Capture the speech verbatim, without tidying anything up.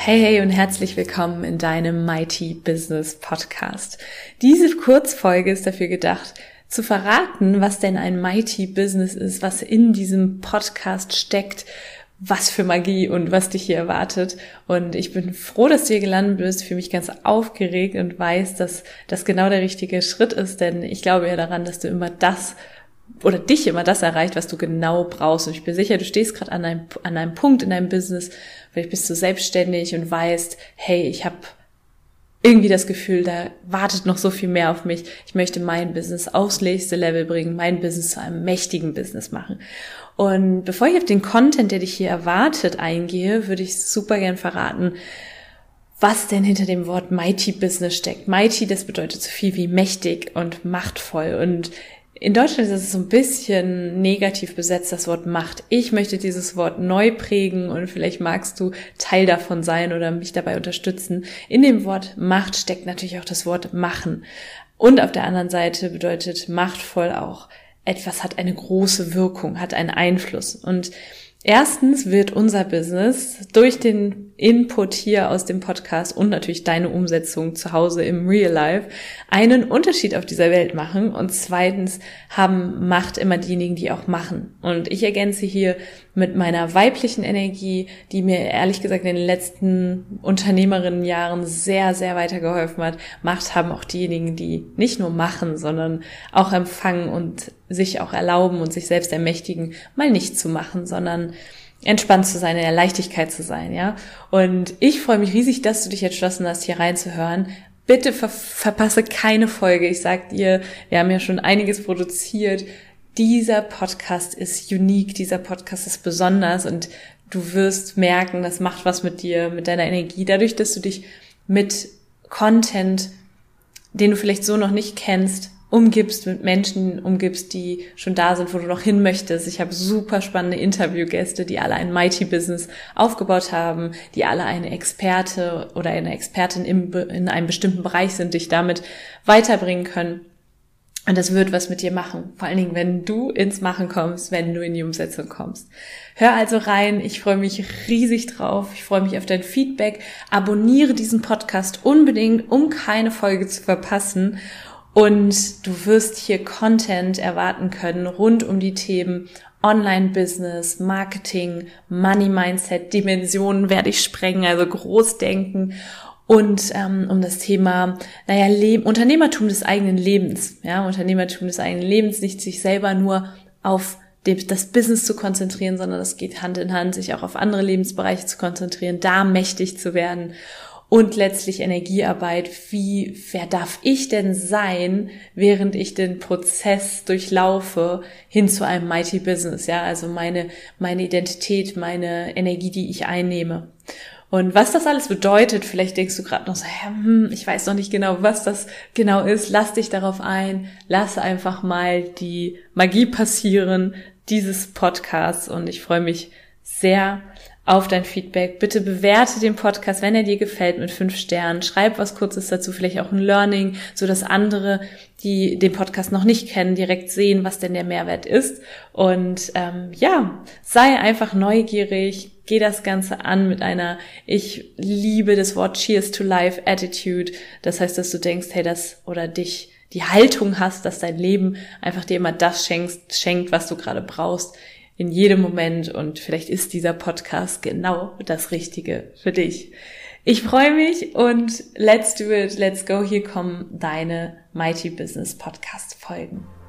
Hey, hey und herzlich willkommen in deinem Mighty Business Podcast. Diese Kurzfolge ist dafür gedacht, zu verraten, was denn ein Mighty Business ist, was in diesem Podcast steckt, was für Magie und was dich hier erwartet. Und ich bin froh, dass du hier gelandet bist, fühle mich ganz aufgeregt und weiß, dass das genau der richtige Schritt ist, denn ich glaube ja daran, dass du immer das oder dich immer das erreicht, was du genau brauchst. Und ich bin sicher, du stehst gerade an einem, an einem Punkt in deinem Business, vielleicht bist du selbstständig und weißt, hey, ich habe irgendwie das Gefühl, da wartet noch so viel mehr auf mich. Ich möchte mein Business aufs nächste Level bringen, mein Business zu einem mächtigen Business machen. Und bevor ich auf den Content, der dich hier erwartet, eingehe, würde ich super gern verraten, was denn hinter dem Wort Mighty Business steckt. Mighty, das bedeutet so viel wie mächtig und machtvoll. Und in Deutschland ist es so ein bisschen negativ besetzt, das Wort Macht. Ich möchte dieses Wort neu prägen und vielleicht magst du Teil davon sein oder mich dabei unterstützen. In dem Wort Macht steckt natürlich auch das Wort machen. Und auf der anderen Seite bedeutet machtvoll auch, etwas hat eine große Wirkung, hat einen Einfluss. Und erstens wird unser Business durch den Input hier aus dem Podcast und natürlich deine Umsetzung zu Hause im Real Life einen Unterschied auf dieser Welt machen. Und zweitens haben Macht immer diejenigen, die auch machen. Und ich ergänze hier mit meiner weiblichen Energie, die mir ehrlich gesagt in den letzten Unternehmerinnenjahren sehr, sehr weitergeholfen hat. Macht haben auch diejenigen, die nicht nur machen, sondern auch empfangen und sich auch erlauben und sich selbst ermächtigen, mal nicht zu machen, sondern entspannt zu sein, in der Leichtigkeit zu sein, ja. Und ich freue mich riesig, dass du dich entschlossen hast, hier reinzuhören. Bitte ver- verpasse keine Folge. Ich sag dir, wir haben ja schon einiges produziert. Dieser Podcast ist unique, dieser Podcast ist besonders und du wirst merken, das macht was mit dir, mit deiner Energie, dadurch, dass du dich mit Content, den du vielleicht so noch nicht kennst, umgibst, mit Menschen umgibst, die schon da sind, wo du noch hin möchtest. Ich habe super spannende Interviewgäste, die alle ein Mighty Business aufgebaut haben, die alle eine Experte oder eine Expertin im, in einem bestimmten Bereich sind, dich damit weiterbringen können. Und das wird was mit dir machen. Vor allen Dingen, wenn du ins Machen kommst, wenn du in die Umsetzung kommst. Hör also rein. Ich freue mich riesig drauf. Ich freue mich auf dein Feedback. Abonniere diesen Podcast unbedingt, um keine Folge zu verpassen. Und du wirst hier Content erwarten können rund um die Themen Online-Business, Marketing, Money-Mindset, Dimensionen werde ich sprengen, also groß denken und ähm, um das Thema, naja, Leben, Unternehmertum des eigenen Lebens, ja, Unternehmertum des eigenen Lebens, nicht sich selber nur auf das Business zu konzentrieren, sondern das geht Hand in Hand, sich auch auf andere Lebensbereiche zu konzentrieren, da mächtig zu werden. Und letztlich Energiearbeit, wie, wer darf ich denn sein, während ich den Prozess durchlaufe hin zu einem Mighty Business, ja, also meine, meine Identität, meine Energie, die ich einnehme. Und was das alles bedeutet, vielleicht denkst du gerade noch so, hm, ich weiß noch nicht genau, was das genau ist, lass dich darauf ein, lass einfach mal die Magie passieren, dieses Podcasts und ich freue mich sehr auf dein Feedback. Bitte bewerte den Podcast, wenn er dir gefällt, mit fünf Sternen. Schreib was Kurzes dazu, vielleicht auch ein Learning, so dass andere, die den Podcast noch nicht kennen, direkt sehen, was denn der Mehrwert ist. Und ähm, ja, sei einfach neugierig, geh das Ganze an mit einer, ich liebe das Wort Cheers to Life Attitude. Das heißt, dass du denkst, hey, das oder dich die Haltung hast, dass dein Leben einfach dir immer das schenkst, schenkt, was du gerade brauchst. In jedem Moment und vielleicht ist dieser Podcast genau das Richtige für dich. Ich freue mich und let's do it, let's go. Hier kommen deine Mighty Business Podcast Folgen.